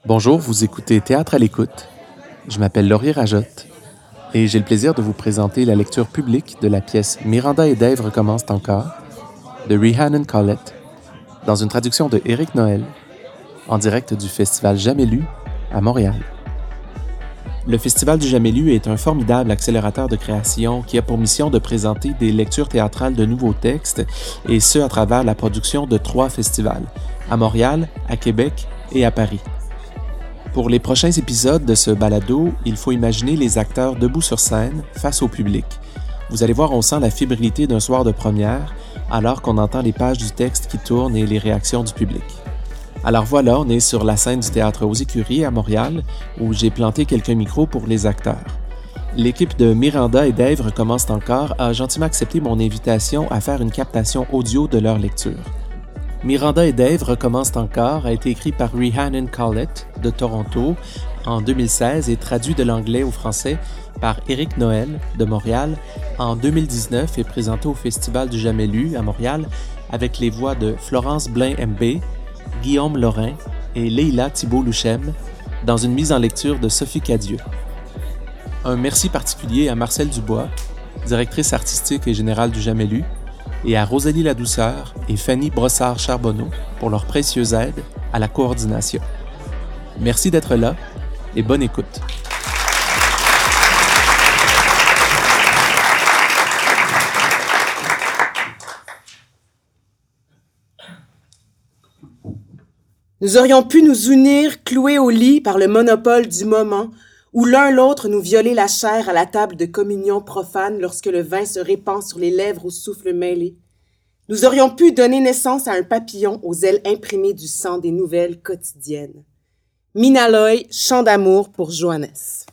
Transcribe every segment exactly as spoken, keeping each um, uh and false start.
Bonjour, vous écoutez Théâtre à l'écoute. Je m'appelle Laurier Rajotte et j'ai le plaisir de vous présenter la lecture publique de la pièce Miranda et Dave recommencent encore de Rhiannon Collett dans une traduction de Éric Noël en direct du Festival Jamais lu à Montréal. Le Festival du Jamais lu est un formidable accélérateur de création qui a pour mission de présenter des lectures théâtrales de nouveaux textes et ce à travers la production de trois festivals, à Montréal, à Québec et à Paris. Pour les prochains épisodes de ce balado, il faut imaginer les acteurs debout sur scène, face au public. Vous allez voir, on sent la fébrilité d'un soir de première, alors qu'on entend les pages du texte qui tournent et les réactions du public. Alors voilà, on est sur la scène du Théâtre aux Écuries à Montréal, où j'ai planté quelques micros pour les acteurs. L'équipe de Miranda et Dave recommencent encore a gentiment accepté mon invitation à faire une captation audio de leur lecture. Miranda et Dave recommencent encore a été écrit par Rhiannon Collett de Toronto en deux mille seize et traduit de l'anglais au français par Éric Noël de Montréal en deux mille dix-neuf et présenté au Festival du Jamais lu à Montréal avec les voix de Florence Blain-M B, Guillaume Lorrain et Leila Thibault-Louchem dans une mise en lecture de Sophie Cadieux. Un merci particulier à Marcelle Dubois, directrice artistique et générale du Jamais lu, et à Rosalie Ladouceur et Fanny Brossard-Charbonneau pour leur précieuse aide à la coordination. Merci d'être là et bonne écoute. Nous aurions pu nous unir, cloués au lit par le monopole du moment, où l'un l'autre nous violer la chair à la table de communion profane lorsque le vin se répand sur les lèvres au souffle mêlé. Nous aurions pu donner naissance à un papillon aux ailes imprimées du sang des nouvelles quotidiennes. Minaloy, chant d'amour pour Johannes.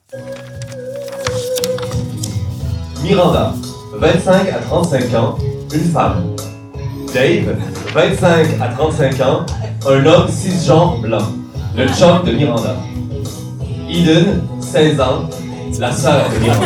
Miranda, vingt-cinq à trente-cinq ans, une femme. Dave, vingt-cinq à trente-cinq ans, un homme cisgenre blanc, le chum de Miranda. Eden, seize ans, la sœur de Miranda.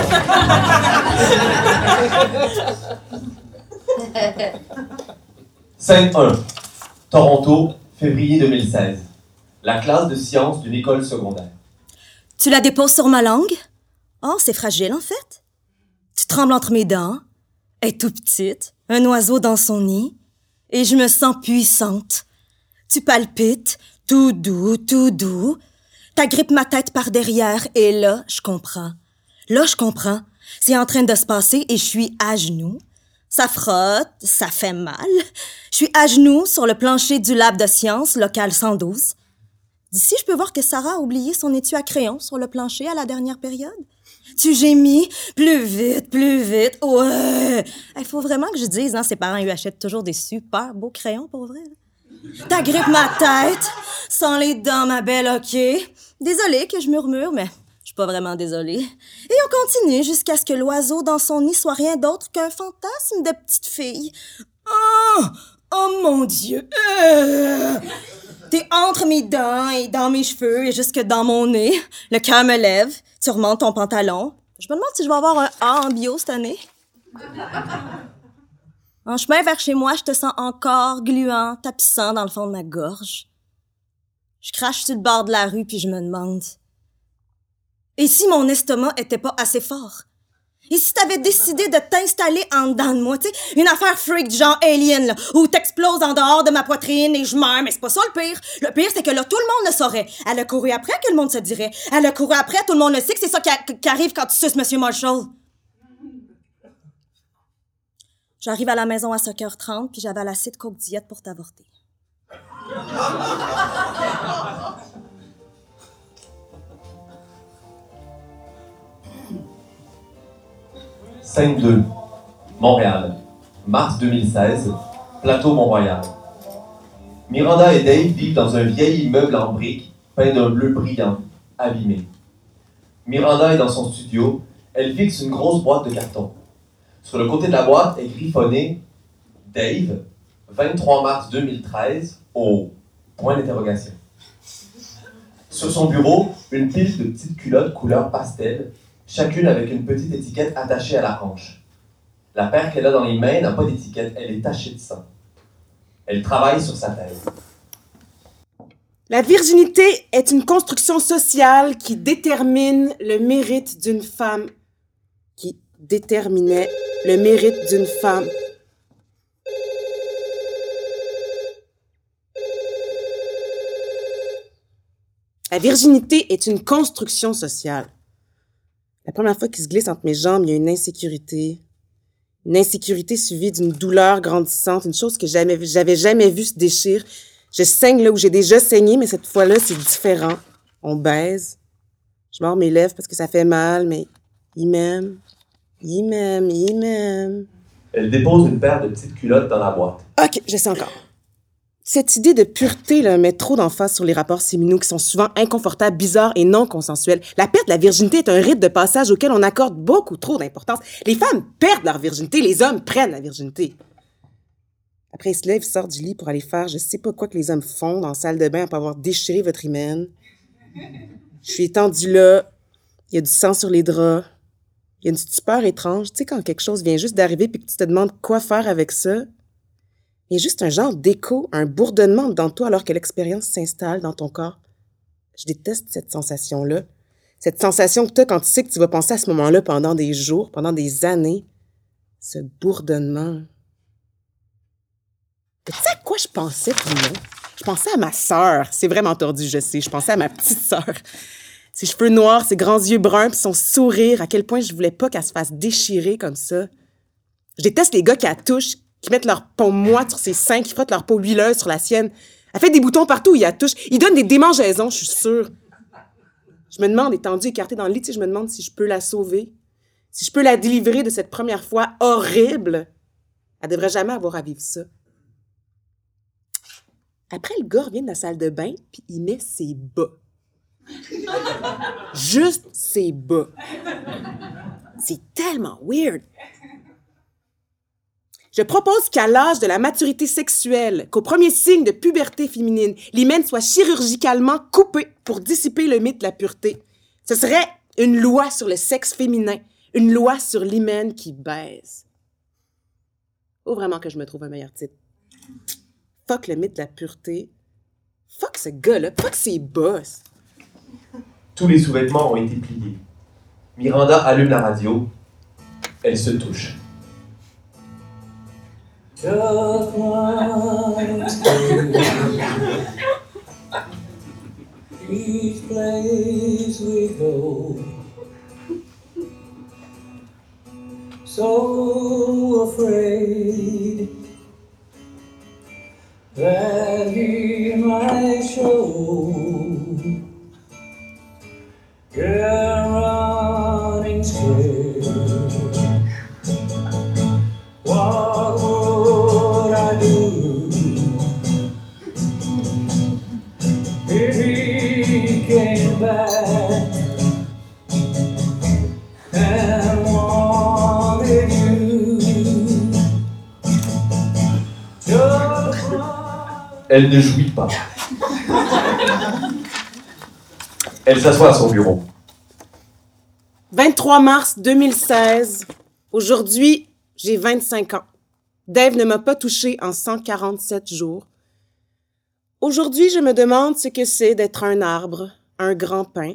Scène un. Toronto, février deux mille seize. La classe de sciences d'une école secondaire. Tu la déposes sur ma langue? Oh, c'est fragile, en fait. Tu trembles entre mes dents. Elle est tout petite, un oiseau dans son nid. Et je me sens puissante. Tu palpites, tout doux, tout doux. T'agrippes ma tête par derrière et là, je comprends. Là, je comprends. C'est en train de se passer et je suis à genoux. Ça frotte, ça fait mal. Je suis à genoux sur le plancher du lab de sciences, local cent douze. D'ici, je peux voir que Sarah a oublié son étui à crayon sur le plancher à la dernière période. Tu gémis, plus vite, plus vite, ouais! Il faut vraiment que je dise, hein, ses parents lui achètent toujours des super beaux crayons, pour vrai. T'agrippes ma tête, sans les dents, ma belle, OK? Désolée que je murmure, mais je suis pas vraiment désolée. Et on continue jusqu'à ce que l'oiseau dans son nid soit rien d'autre qu'un fantasme de petite fille. Oh! Oh mon Dieu! Euh! T'es entre mes dents et dans mes cheveux et jusque dans mon nez. Le cœur me lève. Tu remontes ton pantalon. Je me demande si je vais avoir un A en bio cette année. En chemin vers chez moi, je te sens encore gluant, tapissant dans le fond de ma gorge. Je crache sur le bord de la rue puis je me demande. Et si mon estomac était pas assez fort? Et si t'avais décidé de t'installer en dedans de moi, tu sais, une affaire freak du genre Alien, là, où t'exploses en dehors de ma poitrine et je meurs, mais c'est pas ça le pire. Le pire, c'est que là, tout le monde le saurait. Elle a couru après que le monde se dirait. Elle a couru après, tout le monde le sait que c'est ça qui, a, qui arrive quand tu suces Monsieur Marshall. J'arrive à la maison à cinq heures trente, puis j'avais assez de coke diète pour t'avorter. Scène deux. Montréal, mars deux mille seize, plateau Mont-Royal. Miranda et Dave vivent dans un vieil immeuble en briques, peint d'un bleu brillant, abîmé. Miranda est dans son studio, elle fixe une grosse boîte de carton. Sur le côté de la boîte est griffonné « Dave, vingt-trois mars deux mille treize, au point d'interrogation ». Sur son bureau, une pile de petites culottes couleur pastel, chacune avec une petite étiquette attachée à la hanche. La paire qu'elle a dans les mains n'a pas d'étiquette, elle est tachée de sang. Elle travaille sur sa thèse. La virginité est une construction sociale qui détermine le mérite d'une femme, qui déterminait le mérite d'une femme. La virginité est une construction sociale. La première fois qu'il se glisse entre mes jambes, il y a une insécurité. Une insécurité suivie d'une douleur grandissante, une chose que jamais, j'avais jamais vue se déchirer. Je saigne là où j'ai déjà saigné, mais cette fois-là, c'est différent. On baise. Je mords mes lèvres parce que ça fait mal, mais il m'aime. Il m'aime, il m'aime. Elle dépose une paire de petites culottes dans la boîte. OK, je sais encore. Cette idée de pureté là, met trop d'emphase sur les rapports séminaux qui sont souvent inconfortables, bizarres et non consensuels. La perte de la virginité est un rite de passage auquel on accorde beaucoup trop d'importance. Les femmes perdent leur virginité, les hommes prennent la virginité. Après, il se lève, il sort du lit pour aller faire je sais pas quoi que les hommes font dans la salle de bain après avoir déchiré votre hymen. Je suis étendue là, il y a du sang sur les draps, il y a une stupeur étrange. Tu sais, quand quelque chose vient juste d'arriver puis que tu te demandes quoi faire avec ça, il y a juste un genre d'écho, un bourdonnement dans toi alors que l'expérience s'installe dans ton corps. Je déteste cette sensation-là. Cette sensation que tu as quand tu sais que tu vas penser à ce moment-là pendant des jours, pendant des années. Ce bourdonnement. Tu sais à quoi je pensais, tout le monde? Je pensais à ma sœur. C'est vraiment tordu, je sais. Je pensais à ma petite sœur. Ses cheveux noirs, ses grands yeux bruns, puis son sourire. À quel point je voulais pas qu'elle se fasse déchirer comme ça. Je déteste les gars qui la touchent, qui mettent leur peau moite sur ses seins, qui frottent leur peau huileuse sur la sienne. Elle fait des boutons partout où il la touche. Ils donnent des démangeaisons, je suis sûre. Je me demande, étendue, écartée dans le lit, tu sais, je me demande si je peux la sauver. Si je peux la délivrer de cette première fois horrible. Elle devrait jamais avoir à vivre ça. Après, le gars revient de la salle de bain, puis il met ses bas. Juste ses bas. C'est tellement weird. Je propose qu'à l'âge de la maturité sexuelle, qu'au premier signe de puberté féminine, l'hymen soit chirurgicalement coupé pour dissiper le mythe de la pureté. Ce serait une loi sur le sexe féminin, une loi sur l'hymen qui baise. Faut vraiment que je me trouve un meilleur titre. Fuck le mythe de la pureté. Fuck ce gars-là. Fuck ses boss. Tous les sous-vêtements ont été pliés. Miranda allume la radio. Elle se touche. Just one stay. Each place we go, so afraid that he might show. You're running scared. What would I do if he came back and wanted you? Just Elle ne jouit pas. Elle s'assoit à son bureau. vingt-trois mars deux mille seize. Aujourd'hui, j'ai vingt-cinq ans. Dave ne m'a pas touchée en cent quarante-sept jours. Aujourd'hui, je me demande ce que c'est d'être un arbre, un grand pin.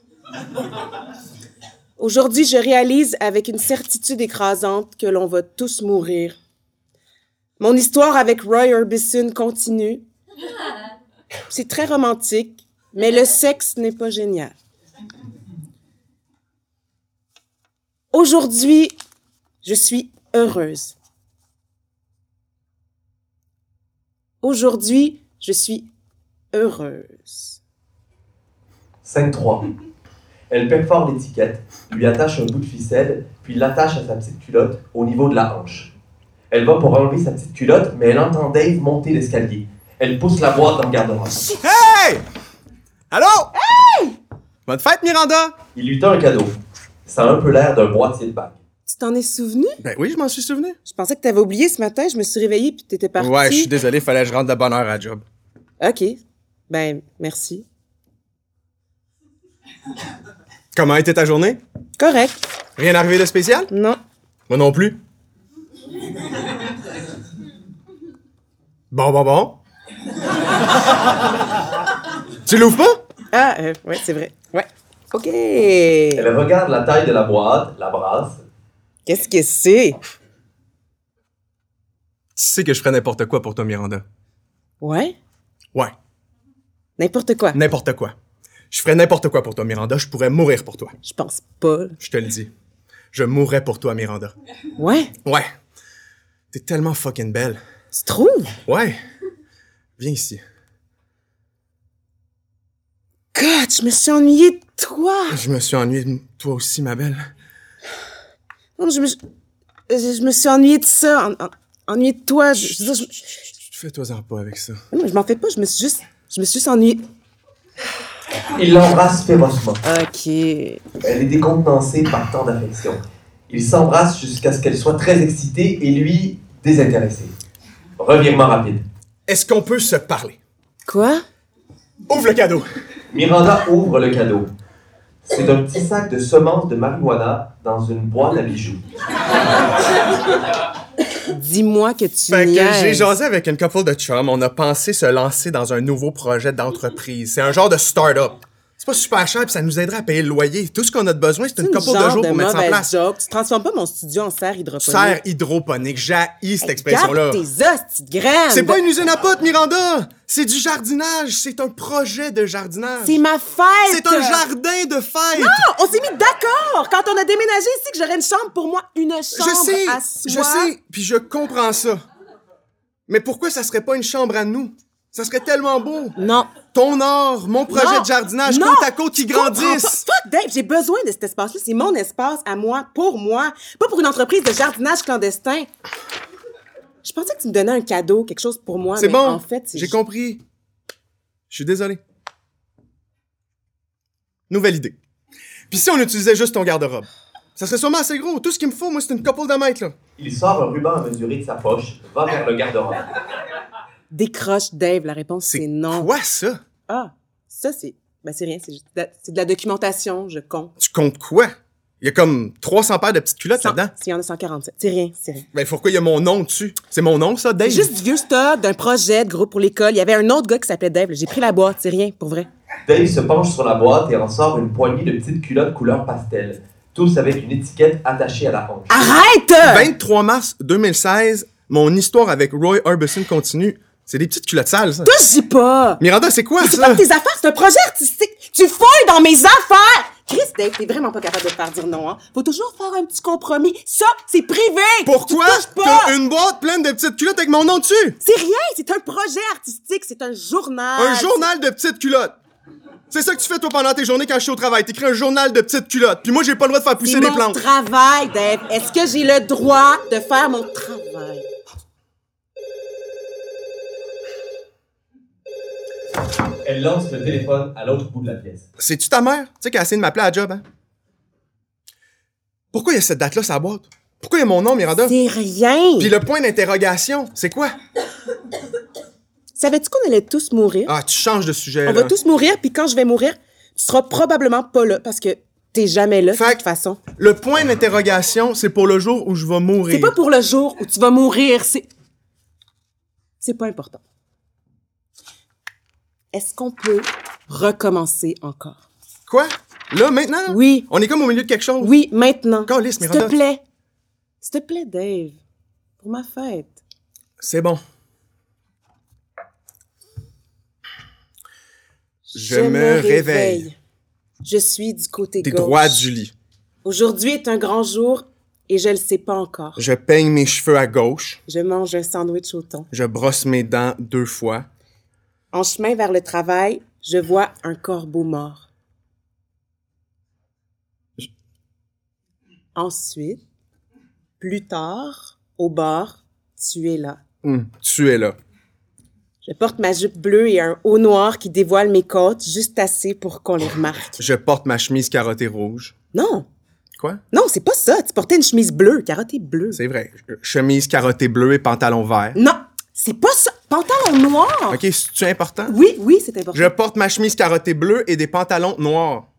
Aujourd'hui, je réalise avec une certitude écrasante que l'on va tous mourir. Mon histoire avec Roy Orbison continue. C'est très romantique, mais le sexe n'est pas génial. Aujourd'hui, je suis heureuse. Aujourd'hui, je suis heureuse. cinq trois. Elle perfore l'étiquette, lui attache un bout de ficelle, puis l'attache à sa petite culotte au niveau de la hanche. Elle va pour enlever sa petite culotte, mais elle entend Dave monter l'escalier. Elle pousse la boîte dans le garde-robe. Hey! Allô? Hey! Bonne fête, Miranda! Il lui tend un cadeau. Ça a un peu l'air d'un boîtier de bague. Tu t'en es souvenu? Ben oui, je m'en suis souvenu. Je pensais que t'avais oublié ce matin. Je me suis réveillée puis t'étais partie. Ouais, je suis désolé, fallait que je rentre de bonne heure à la job. OK. Ben, merci. Comment était ta journée? Correct. Rien arrivé de spécial? Non. Moi non plus. Bon, bon, bon. Tu l'ouvres pas? Ah, euh, ouais, c'est vrai. Ouais. OK. Elle regarde la taille de la boîte, la brasse. Qu'est-ce que c'est? Tu sais que je ferais n'importe quoi pour toi, Miranda. Ouais? Ouais, N'importe quoi. n'importe quoi. Je ferais n'importe quoi pour toi, Miranda. Je pourrais mourir pour toi. Je pense pas. Je te le dis. Je mourrais pour toi, Miranda. Ouais? Ouais. T'es tellement fucking belle. Tu trouves? Ouais. Viens ici. God, je me suis ennuyée de toi. Je me suis ennuyé de toi aussi, ma belle. Non, je me, je, je me suis ennuyée de ça. En, en, ennuyée de toi. Je, je, je, je, Fais-toi-en pas avec ça. non, je m'en fais pas. Je me suis juste, je me suis juste ennuyée. Il l'embrasse férocement. OK. Elle est décontenancée par tant d'affection. Ils s'embrassent jusqu'à ce qu'elle soit très excitée et lui désintéressé. Revirement rapide. Est-ce qu'on peut se parler? Quoi? Ouvre le cadeau! Miranda ouvre le cadeau. C'est un petit sac de semences de marijuana dans une boîte à bijoux. Dis-moi que tu Fait que niaises. j'ai jasé avec une couple de chums. On a pensé se lancer dans un nouveau projet d'entreprise. C'est un genre de start-up. C'est pas super cher puis ça nous aiderait à payer le loyer. Tout ce qu'on a de besoin, c'est une couple de jours pour mettre ça en place. Joke. Tu transformes pas mon studio en serre hydroponique. Serre hydroponique. J'haïs cette expression-là. Garde tes os, petite graine. C'est pas une usine à potes, Miranda! C'est du jardinage. C'est un projet de jardinage. C'est ma fête. C'est un jardin de fête! Non, on s'est mis d'accord quand on a déménagé ici que j'aurais une chambre pour moi, une chambre Je sais, à soi. je sais, puis je comprends ça. Mais pourquoi ça serait pas une chambre à nous? Ça serait tellement beau. Non. Ton art, mon projet Non. de jardinage, Non. côte à côte qui Tu comprends grandissent. pas. Fuck Dave, j'ai besoin de cet espace-là. C'est mon espace à moi, pour moi. Pas pour une entreprise de jardinage clandestin. Je pensais que tu me donnais un cadeau, quelque chose pour moi, C'est mais bon, en fait, c'est... j'ai compris. Je suis désolé. Nouvelle idée. Puis si on utilisait juste ton garde-robe? Ça serait sûrement assez gros. Tout ce qu'il me faut, moi, c'est une couple de mètres, là. Il sort un ruban à mesurer de sa poche, va vers le garde-robe. Décroche, Dave. La réponse, c'est non. Quoi, ça? Ah, ça, c'est... Ben, c'est rien. C'est juste de la... c'est de la documentation, je compte. Tu comptes quoi? Il y a comme trois cents paires de petites culottes Cent- là-dedans. S'il y en a cent quarante-sept. C'est rien, c'est rien. Ben pourquoi il y a mon nom dessus? C'est mon nom, ça, Dave? C'est juste du vieux stock d'un projet de groupe pour l'école. Il y avait un autre gars qui s'appelait Dave. J'ai pris la boîte, c'est rien, pour vrai. Dave se penche sur la boîte et en sort une poignée de petites culottes couleur pastel, tous avec une étiquette attachée à la hanche. Arrête! vingt-trois mars deux mille seize, mon histoire avec Roy Orbison continue. C'est des petites culottes sales, ça. Toi, je dis pas! Miranda, c'est quoi, C'est ça? pas tes affaires, c'est un projet artistique! Tu fouilles dans mes affaires! Chris, Dave, t'es vraiment pas capable de te faire dire non, hein? Faut toujours faire un petit compromis. Ça, c'est privé! Pourquoi Tu touches pas! t'as une boîte pleine de petites culottes avec mon nom dessus? C'est rien! C'est un projet artistique, c'est un journal! Un journal de petites culottes. C'est ça que tu fais, toi, pendant tes journées quand je suis au travail. T'écris un journal de petites culottes. Puis moi, j'ai pas le droit de faire pousser C'est des mon plantes. travail, Dave. Est-ce que j'ai le droit de faire mon travail? Elle lance le téléphone à l'autre bout de la pièce. C'est-tu ta mère? Tu sais qu'elle a essayé de m'appeler à la job, hein? Pourquoi il y a cette date-là sur la boîte? Pourquoi il y a mon nom, Miranda? C'est rien! Puis le point d'interrogation, c'est quoi? Savais-tu qu'on allait tous mourir? Ah, tu changes de sujet, On là. va tous mourir, puis quand je vais mourir, tu seras probablement pas là, parce que t'es jamais là, de Fait toute façon. Le point d'interrogation, c'est pour le jour où je vais mourir. C'est pas pour le jour où tu vas mourir, c'est... C'est pas important. Est-ce qu'on peut recommencer encore? Quoi? Là, maintenant? Oui. On est comme au milieu de quelque chose. Oui, maintenant. Calisse, S'il Miranda. te plaît. S'il te plaît, Dave. Pour ma fête. C'est bon. Je, me réveille. Je suis du côté Des gauche. droits du lit. Aujourd'hui est un grand jour et je le sais pas encore. Je peigne mes cheveux à gauche. Je mange un sandwich au thon. Je brosse mes dents deux fois. En chemin vers le travail, je vois un corbeau mort. Ensuite, plus tard, au bar, tu es là. Hum, tu es là. Je porte ma jupe bleue et un haut noir qui dévoile mes côtes juste assez pour qu'on les remarque. Je porte ma chemise carottée rouge. Non, Quoi? non, c'est pas ça. Tu portais une chemise bleue, carottée bleue. C'est vrai. Chemise carottée bleue et pantalon vert. Non, c'est pas ça. Pantalon noir. OK, c'est-tu important? Oui, oui, c'est important. Je porte ma chemise carottée bleue et des pantalons noirs.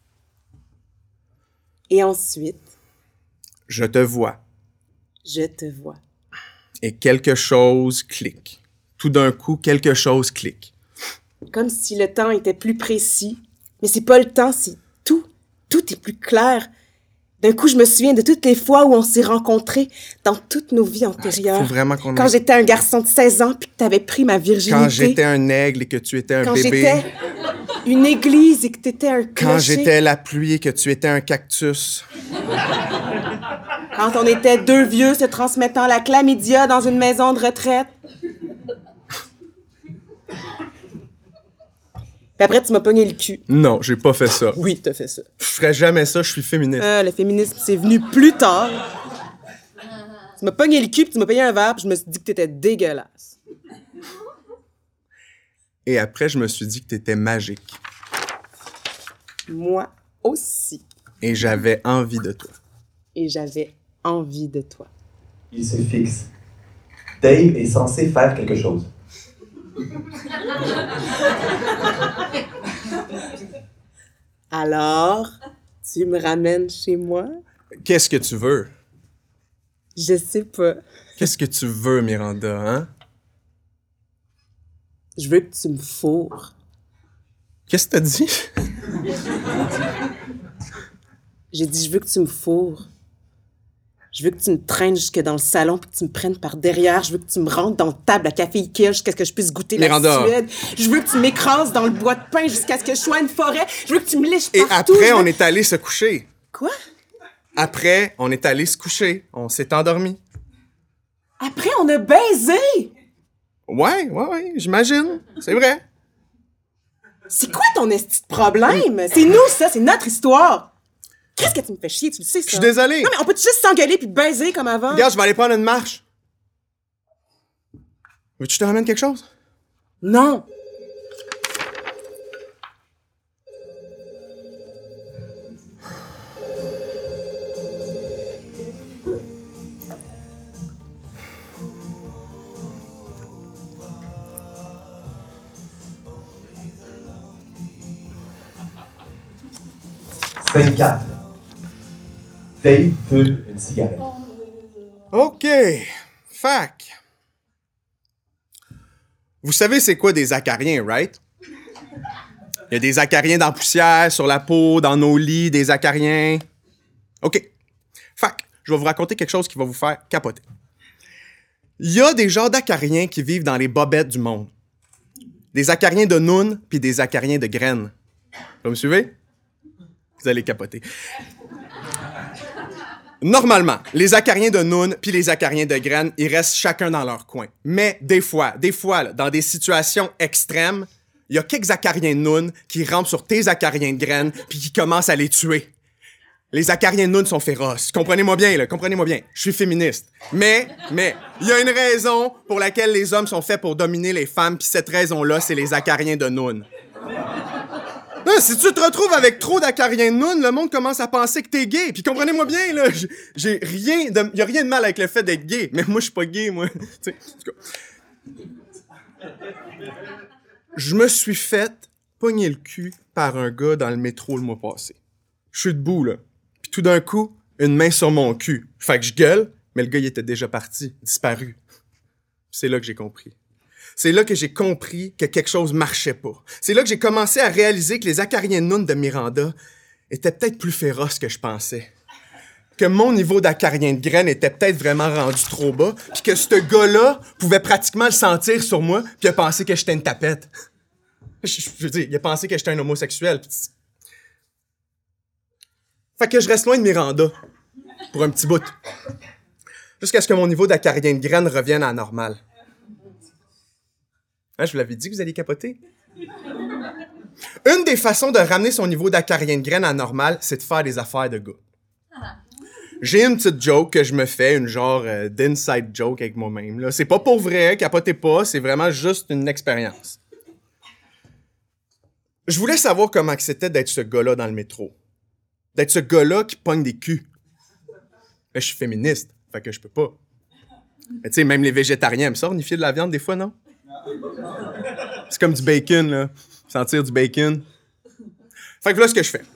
Et ensuite, Je te vois. je te vois. Et quelque chose clique. Tout d'un coup, quelque chose clique. Comme si le temps était plus précis. Mais c'est pas le temps, c'est tout. Tout est plus clair. D'un coup, je me souviens de toutes les fois où on s'est rencontrés dans toutes nos vies antérieures. Faut vraiment qu'on Quand ait... j'étais un garçon de seize ans puis que t'avais pris ma virginité. Quand j'étais un aigle et que tu étais un Quand bébé. j'étais une église et que t'étais un clocher. Quand j'étais la pluie et que tu étais un cactus. Quand on était deux vieux se transmettant la chlamydia dans une maison de retraite. Puis après, tu m'as pogné le cul. Non, j'ai pas fait ça. Oui, t'as fait ça. Je ferais jamais ça, je suis féministe. Ah, le féminisme, c'est venu plus tard. Tu m'as pogné le cul, puis tu m'as payé un verre, puis je me suis dit que t'étais dégueulasse. Et après, je me suis dit que t'étais magique. Moi aussi. Et j'avais envie de toi. Et j'avais envie de toi. Il se fixe. Dave est censé faire quelque chose. Alors, tu me ramènes chez moi? Qu'est-ce que tu veux? Je sais pas. Qu'est-ce que tu veux, Miranda, hein? Je veux que tu me fourres. Qu'est-ce que t'as dit? J'ai dit, je veux que tu me fourres. Je veux que tu me traînes jusque dans le salon puis que tu me prennes par derrière. Je veux que tu me rentres dans le table à café Ikea jusqu'à ce que je puisse goûter Miranda. la Suède. Je veux que tu m'écrases dans le bois de pain jusqu'à ce que je sois une forêt. Je veux que tu me liches Et partout. après, Je veux- on est allé se coucher. Quoi? Après, on est allé se coucher. On s'est endormi. Après, on a baisé! Ouais, ouais, ouais, j'imagine. C'est vrai. C'est quoi ton esti de problème? C'est nous, ça, c'est notre histoire. Qu'est-ce que tu me fais chier, tu le sais, ça? Je suis désolé. Non, mais on peut juste s'engueuler puis baiser comme avant? Regarde, je vais aller prendre une marche. Veux-tu que je te ramène quelque chose? Non. Scène quatre. Dave fume une cigarette. OK. Fac. Vous savez c'est quoi des acariens, right? Il y a des acariens dans la poussière, sur la peau, dans nos lits, des acariens. OK. Fac, je vais vous raconter quelque chose qui va vous faire capoter. Il y a des genres d'acariens qui vivent dans les bobettes du monde. Des acariens de nounes puis des acariens de graines. Vous me suivez? Vous allez capoter. Normalement, les acariens de nounes puis les acariens de graines, ils restent chacun dans leur coin. Mais des fois, des fois, là, dans des situations extrêmes, il y a quelques acariens de nounes qui rampent sur tes acariens de graines puis qui commencent à les tuer. Les acariens de nounes sont féroces. Comprenez-moi bien, là, comprenez-moi bien. Je suis féministe. Mais, mais, il y a une raison pour laquelle les hommes sont faits pour dominer les femmes, puis cette raison-là, c'est les acariens de nounes. Non, si tu te retrouves avec trop d'acariens de nounes, le monde commence à penser que t'es gay. Puis comprenez-moi bien, là, j'ai- j'ai rien de... Y a rien de mal avec le fait d'être gay. Mais moi, je suis pas gay, moi. Tu sais, en tout cas. Je me suis fait pogner le cul par un gars dans le métro le mois passé. Je suis debout, là. Puis tout d'un coup, une main sur mon cul. Fait que je gueule, mais le gars, il était déjà parti, disparu. C'est là que j'ai compris. C'est là que j'ai compris que quelque chose marchait pas. C'est là que j'ai commencé à réaliser que les acariens de nounes de Miranda étaient peut-être plus féroces que je pensais. Que mon niveau d'acarien de graines était peut-être vraiment rendu trop bas, puis que ce gars-là pouvait pratiquement le sentir sur moi, puis il a pensé que j'étais une tapette. Je, je veux dire, il a pensé que j'étais un homosexuel. Pis... Fait que je reste loin de Miranda, pour un petit bout. Jusqu'à ce que mon niveau d'acarien de graines revienne à la normale. Hein, je vous l'avais dit que vous alliez capoter. Une des façons de ramener son niveau d'acarien de graines à normal, c'est de faire des affaires de gars. J'ai une petite joke que je me fais, une genre euh, d'inside joke avec moi-même. Là. C'est pas pour vrai, capotez pas, c'est vraiment juste une expérience. Je voulais savoir comment que c'était d'être ce gars-là dans le métro. D'être ce gars-là qui pogne des culs. Mais je suis féministe, fait que je peux pas. Mais tu sais, même les végétariens aiment ça, ornifier de la viande des fois, non? C'est comme du bacon, là. Sentir du bacon. Fait que voilà ce que je fais.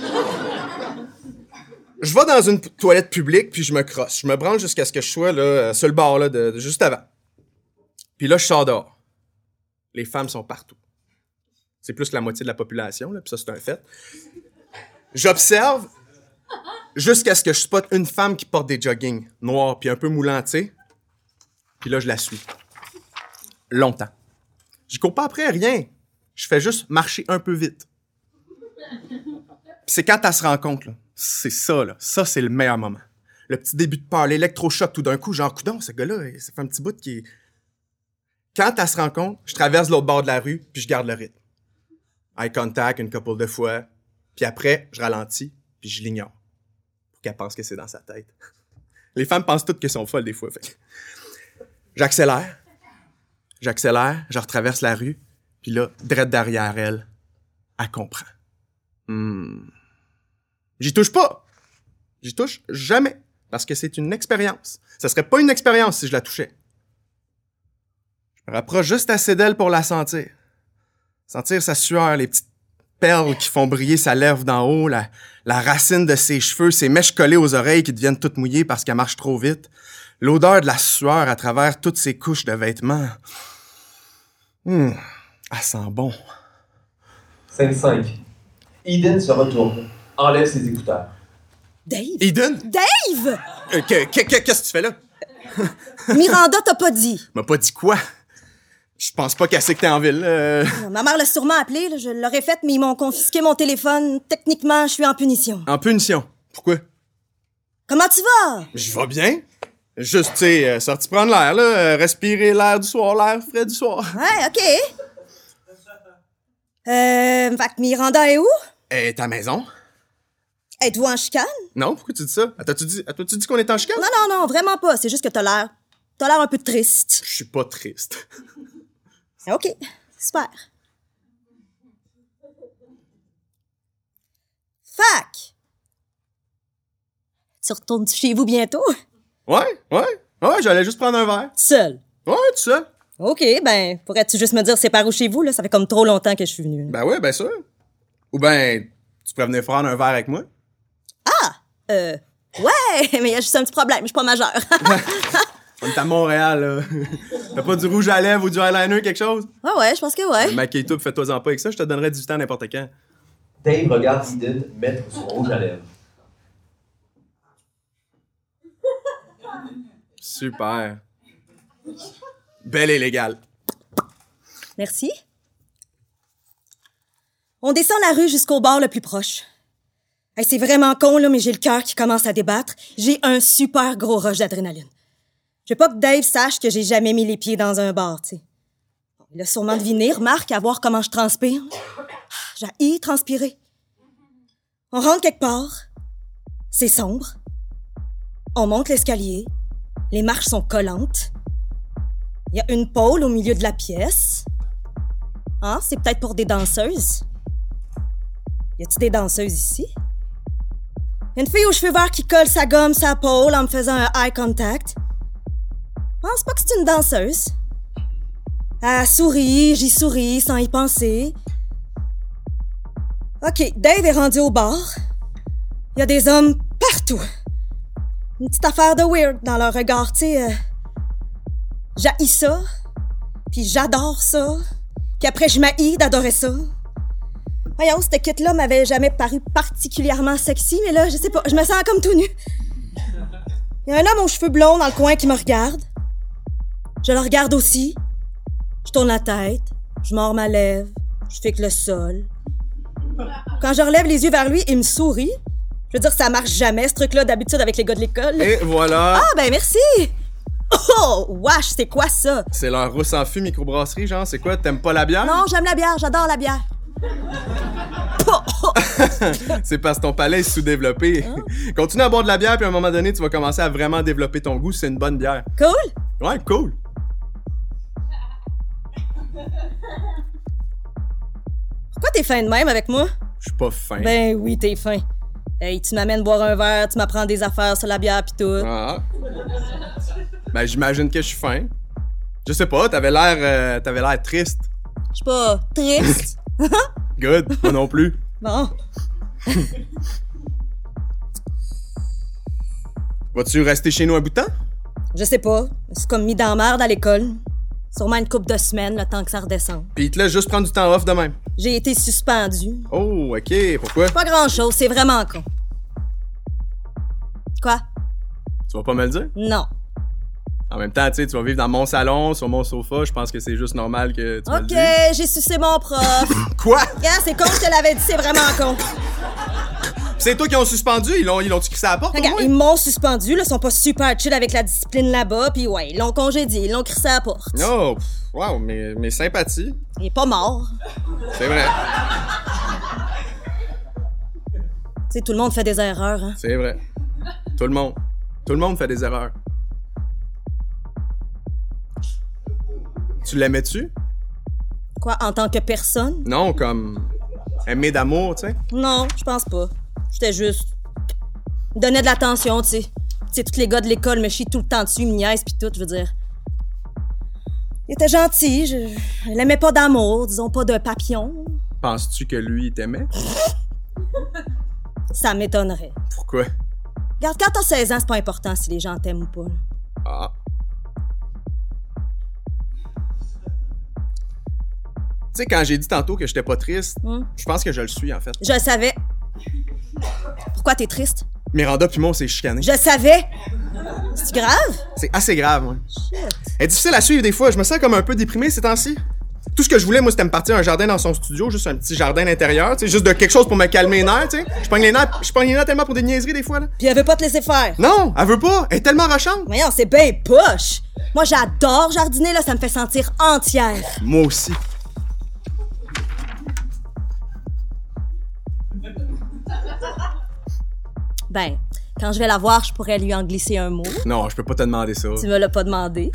Je vais dans une p- toilette publique, puis je me crosse. Je me branle jusqu'à ce que je sois là, euh, sur le bord, là, de, de juste avant. Puis là, je sors dehors. Les femmes sont partout. C'est plus que la moitié de la population, là, puis ça, c'est un fait. J'observe jusqu'à ce que je spotte une femme qui porte des joggings noirs puis un peu moulants, tu sais. Puis là, je la suis. Longtemps. Je cours pas après rien. Je fais juste marcher un peu vite. Puis c'est quand elle se rend compte, là. C'est ça, là. Ça, c'est le meilleur moment. Le petit début de peur, l'électrochoc tout d'un coup, genre, coudonc, ce gars-là, ça fait un petit bout qui est... Quand elle se rend compte, je traverse l'autre bord de la rue, puis je garde le rythme. Eye contact une couple de fois, puis après, je ralentis, puis je l'ignore. Pour qu'elle pense que c'est dans sa tête. Les femmes pensent toutes qu'elles sont folles des fois, fait. J'accélère. J'accélère, je retraverse la rue, puis là, drette derrière elle, elle comprend. Hmm. J'y touche pas. J'y touche jamais, parce que c'est une expérience. Ça serait pas une expérience si je la touchais. Je me rapproche juste assez d'elle pour la sentir. Sentir sa sueur, les petites perles qui font briller sa lèvre d'en haut, la, la racine de ses cheveux, ses mèches collées aux oreilles qui deviennent toutes mouillées parce qu'elle marche trop vite. L'odeur de la sueur à travers toutes ses couches de vêtements. Hum, elle sent bon. cinq cinq. Eden se retourne, enlève ses écouteurs. Dave? Eden? Dave! Euh, que- que- que- Qu'est-ce que tu fais là? Miranda t'a pas dit. M'a pas dit quoi? Je pense pas qu'elle sait que t'es en ville. euh. Ma mère l'a sûrement appelé, là, je l'aurais faite, mais ils m'ont confisqué mon téléphone. Techniquement, je suis en punition. En punition. Pourquoi? Comment tu vas? Je vais bien. Juste, tu sais, euh, sorti prendre l'air, là. euh, respirer l'air du soir, l'air frais du soir. Ouais, OK. Euh, fait que Miranda est où? Et ta maison? Êtes-vous en chicane? Non, pourquoi tu dis ça? Ah, T'as-tu dit, t'as-tu dit qu'on est en chicane? Non, non, non, vraiment pas. C'est juste que t'as l'air... T'as l'air un peu triste. Je suis pas triste. OK, super. Fac! Tu retournes chez vous bientôt? Ouais, ouais, ouais, j'allais juste prendre un verre. Seul? Ouais, tout ça. OK, ben, pourrais-tu juste me dire c'est par où chez vous, là? Ça fait comme trop longtemps que je suis venue. Ben ouais, ben ça. Ou ben, tu pourrais venir prendre un verre avec moi. Ah! Euh... Ouais, mais il y a juste un petit problème, je suis pas majeure. On est à Montréal, là. T'as pas du rouge à lèvres ou du eyeliner, quelque chose? Ouais, ouais, je pense que ouais. Maquille-toi, pis fais-toi-en pas avec ça, je te donnerais dix-huit ans n'importe quand. Dave regarde Eden mettre son rouge à lèvres. Super. Belle et légale. Merci. On descend la rue jusqu'au bar le plus proche. Hey, c'est vraiment con, là, mais j'ai le cœur qui commence à débattre. J'ai un super gros rush d'adrénaline. Je veux pas que Dave sache que j'ai jamais mis les pieds dans un bar, tu sais. Il a sûrement deviné, remarque, à voir comment je transpire. J'ai haï transpirer. On rentre quelque part. C'est sombre. On monte l'escalier. Les marches sont collantes. Il y a une pôle au milieu de la pièce. Ah, c'est peut-être pour des danseuses. Y a-t-il des danseuses ici? Une fille aux cheveux verts qui colle sa gomme sa pôle en me faisant un eye contact. Je pense pas que c'est une danseuse. Elle sourit, j'y souris sans y penser. OK, Dave est rendu au bar. Il y a des hommes partout. Une petite affaire de weird dans leur regard, tu sais. Euh... J'haïs ça, puis j'adore ça, puis après je m'haïs d'adorer ça. Voyons, cette kit-là m'avait jamais paru particulièrement sexy, mais là, je sais pas, je me sens comme tout nu. Il y a un homme aux cheveux blonds dans le coin qui me regarde. Je le regarde aussi. Je tourne la tête, je mords ma lèvre, je fixe le sol. Quand je relève les yeux vers lui, il me sourit. Je veux dire, ça marche jamais, ce truc-là, d'habitude, avec les gars de l'école. Et voilà. Ah, ben merci! Oh, wesh, c'est quoi ça? C'est leur rousse en fût microbrasserie, genre, c'est quoi? T'aimes pas la bière? Non, j'aime la bière, j'adore la bière. C'est parce que ton palais est sous-développé. Oh. Continue à boire de la bière, puis à un moment donné, tu vas commencer à vraiment développer ton goût. C'est une bonne bière. Cool? Ouais, cool. Pourquoi t'es fin de même avec moi? Je suis pas fin. Ben oui, t'es fin. Hey, tu m'amènes boire un verre, tu m'apprends des affaires sur la bière pis tout. Ah. Ben, j'imagine que je suis fin. Je sais pas, t'avais l'air... euh, t'avais l'air triste. Je suis pas triste. Good, moi non plus. Bon. Vas-tu rester chez nous un bout de temps? Je sais pas. C'est comme mis dans la merde à l'école. Sûrement une couple de semaines, le temps que ça redescende. Puis il te laisse juste prendre du temps off de même. J'ai été suspendue. Oh, OK. Pourquoi? Pas grand-chose, c'est vraiment con. Quoi? Tu vas pas me le dire? Non. En même temps, tu sais, tu vas vivre dans mon salon, sur mon sofa. Je pense que c'est juste normal que tu me le dises. OK, j'ai sucé mon prof. Quoi? Regarde, c'est con, je te l'avais dit, c'est vraiment con. C'est toi qui ont suspendu? Ils l'ont, ils l'ont-tu crissé à la porte? Regarde, au moins? ils m'ont suspendu, là, sont pas super chill avec la discipline là-bas, puis ouais, ils l'ont congédié, ils l'ont crissé à la porte. Oh, pff, wow, mes, mes sympathies. Il est pas mort. C'est vrai. Tu sais, tout le monde fait des erreurs, hein. C'est vrai. Tout le monde. Tout le monde fait des erreurs. Tu l'aimais-tu? Quoi, en tant que personne? Non, comme aimé d'amour, tu sais? Non, je pense pas. J'étais juste... Il donnait de l'attention, tu sais. Tu sais, tous les gars de l'école me chient tout le temps dessus, ils me niaisent pis tout, je veux dire. Il était gentil, je... je l'aimais pas d'amour, disons pas de papillon. Penses-tu que lui, il t'aimait? Ça m'étonnerait. Pourquoi? Regarde, quand t'as seize ans, c'est pas important si les gens t'aiment ou pas. Là. Ah. Tu sais, quand j'ai dit tantôt que j'étais pas triste, Hmm? je pense que je le suis, en fait. Je le savais. Pourquoi t'es triste? Miranda pis moi, on s'est chicanés. Je le savais! C'est grave? C'est assez grave, ouais. Elle est difficile à suivre des fois. Je me sens comme un peu déprimé ces temps-ci. Tout ce que je voulais, moi, c'était me partir un jardin dans son studio, juste un petit jardin d'intérieur, tu sais, juste de quelque chose pour me calmer les nerfs, tu sais. Je pogne les nerfs, je pogne les nerfs tellement pour des niaiseries des fois, là. Puis elle veut pas te laisser faire. Non, elle veut pas. Elle est tellement rochante. Voyons, c'est ben poche! Moi, j'adore jardiner, là, ça me fait sentir entière. Moi aussi. Ben, quand je vais la voir, je pourrais lui en glisser un mot. Non, je peux pas te demander ça. Tu me l'as pas demandé.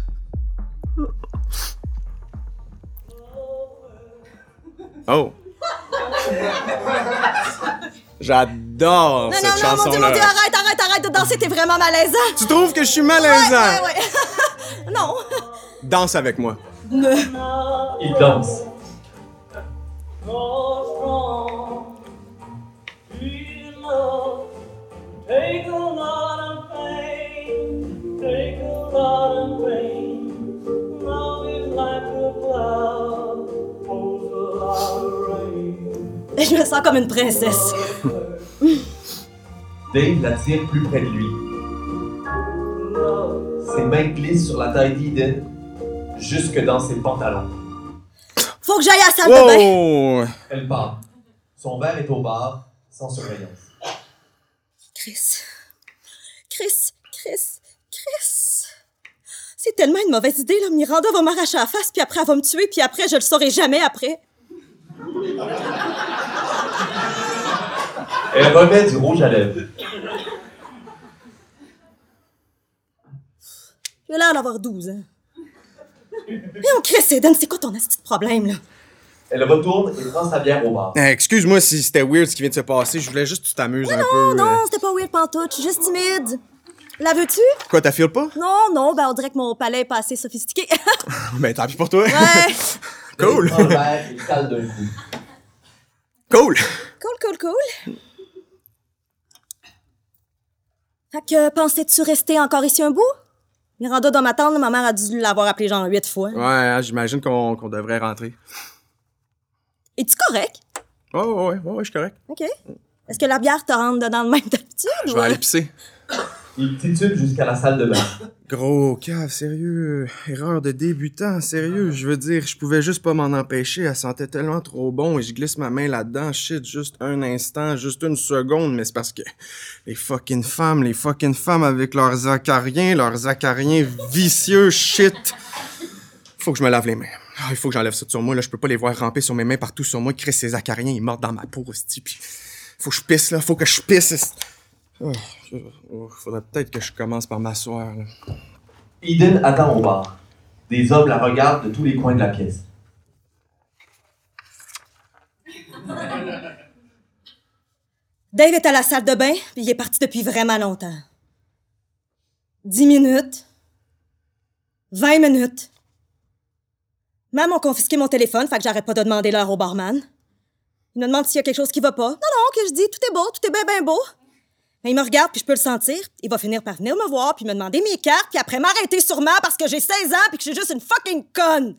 Oh. J'adore Non, cette non, non, mon Dieu, chanson-là. mon Dieu, arrête, arrête, arrête de danser, t'es vraiment malaisant. Tu trouves que je suis malaisant? Ouais, ouais, ouais. Non. Danse avec moi. Il danse. Grow strong. Feel love. Take a lot of pain. Take a lot of pain. Love is like a cloud. Holds a lot of rain. Je me sens comme une princesse. Dave l'attire plus près de lui. Ses mains glissent sur la taille d'Eden, jusque dans ses pantalons. Faut que j'aille à la salle de bain. Oh! Elle part. Son verre est au bar, sans surveillance. Chris. Chris, Chris, Chris. C'est tellement une mauvaise idée, là. Miranda va m'arracher la face, puis après, elle va me tuer, puis après, je le saurai jamais après. Elle remet du rouge à lèvres. J'ai l'air d'avoir douze ans. Mais on Chris, Eden, c'est quoi ton petit problème, là? Elle retourne et prend sa bière au bar. Eh, excuse-moi si c'était weird ce qui vient de se passer. Je voulais juste que tu t'amuses un peu. Non, euh. non, c'était pas weird pantoute, je suis juste timide. La veux-tu? Quoi, t'as feel pas? Non, non, ben on dirait que mon palais est pas assez sophistiqué. Ben, tant pis pour toi. Ouais. Cool. Elle prend le verre et le cale d'un coup. Cool. Cool, cool, cool. Fait que, pensais-tu rester encore ici un bout? Miranda doit m'attendre, ma mère a dû l'avoir appelé genre huit fois. Ouais, hein, j'imagine qu'on qu'on devrait rentrer. Es-tu correct? Oh, ouais, ouais, ouais, je suis correct. OK. Est-ce que la bière te rentre dedans de même d'habitude? Je ou- vais aller pisser. Il titube jusqu'à la salle de bain. Gros cave, sérieux. Erreur de débutant, sérieux. Je veux dire, je pouvais juste pas m'en empêcher. Elle sentait tellement trop bon et je glisse ma main là-dedans. Shit, juste un instant, juste une seconde. Mais c'est parce que les fucking femmes, les fucking femmes avec leurs acariens, leurs acariens vicieux, shit. Faut que je me lave les mains. Ah, il faut que j'enlève ça de sur moi. Là, je peux pas les voir ramper sur mes mains partout sur moi. Chris, ces acariens, ils mordent dans ma peau, hostie. Puis faut que je pisse, là. Faut que je pisse. Oh, oh, faudrait peut-être que je commence par m'asseoir, là. Eden attend au bar. Des hommes la regardent de tous les coins de la pièce. Dave est à la salle de bain, puis il est parti depuis vraiment longtemps. Dix minutes. Vingt minutes. Même ont confisqué mon téléphone, fait que j'arrête pas de demander l'heure au barman. Il me demande s'il y a quelque chose qui va pas. Non, non, que je dis, tout est beau, tout est bien, bien beau. Mais il me regarde, puis je peux le sentir. Il va finir par venir me voir, puis me demander mes cartes, puis après m'arrêter sûrement parce que j'ai seize ans, puis que je suis juste une fucking conne.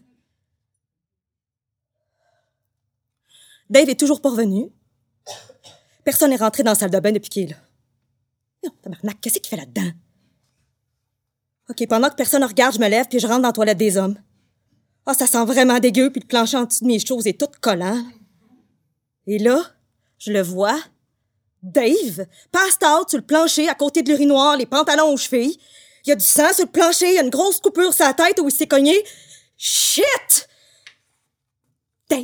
Dave est toujours pas revenu. Personne n'est rentré dans la salle de bain depuis qu'il est là. Non, tabarnak, qu'est-ce qu'il fait là-dedans? OK, pendant que personne ne regarde, je me lève, puis je rentre dans la toilette des hommes. Ah, oh, ça sent vraiment dégueu, puis le plancher en dessous de mes choses est tout collant. Et là, je le vois... Dave, passed out sur le plancher à côté de l'urinoir, les pantalons aux chevilles. Il y a du sang sur le plancher, il y a une grosse coupure sur la tête où il s'est cogné. Shit! Dave?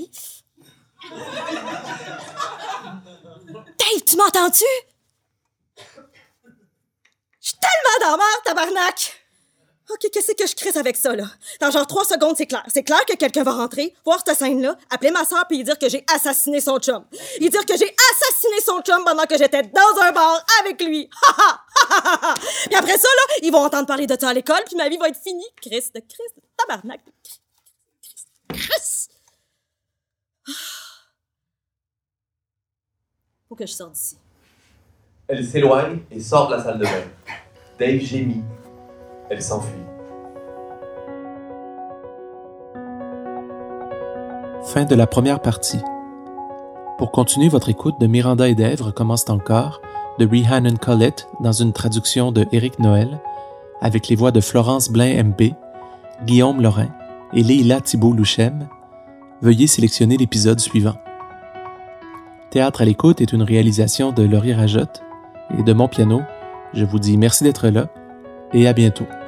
Dave, tu m'entends-tu? Je suis tellement dans la merde, tabarnak! OK, qu'est-ce que je crisse avec ça, là? Dans genre trois secondes, c'est clair. C'est clair que quelqu'un va rentrer, voir cette scène-là, appeler ma soeur puis lui dire que j'ai assassiné son chum. Lui dire que j'ai assassiné son chum pendant que j'étais dans un bar avec lui. Ha ha! Ha ha ha! Puis après ça, là, ils vont entendre parler de ça à l'école puis ma vie va être finie. Christ de Christ de tabarnak. Christ de Christ. Faut que je sorte d'ici. Elle s'éloigne et sort de la salle de bain. Dave gémit. Elle s'enfuit. Fin de la première partie. Pour continuer votre écoute de Miranda et Dave recommence encore, de Rhiannon Collett dans une traduction de Éric Noël, avec les voix de Florence Blain-M B, Guillaume Lorrain et Leila Thibault-Louchem, veuillez sélectionner l'épisode suivant. Théâtre à l'écoute est une réalisation de Laurier Rajotte et de mon piano. Je vous dis merci d'être là et à bientôt.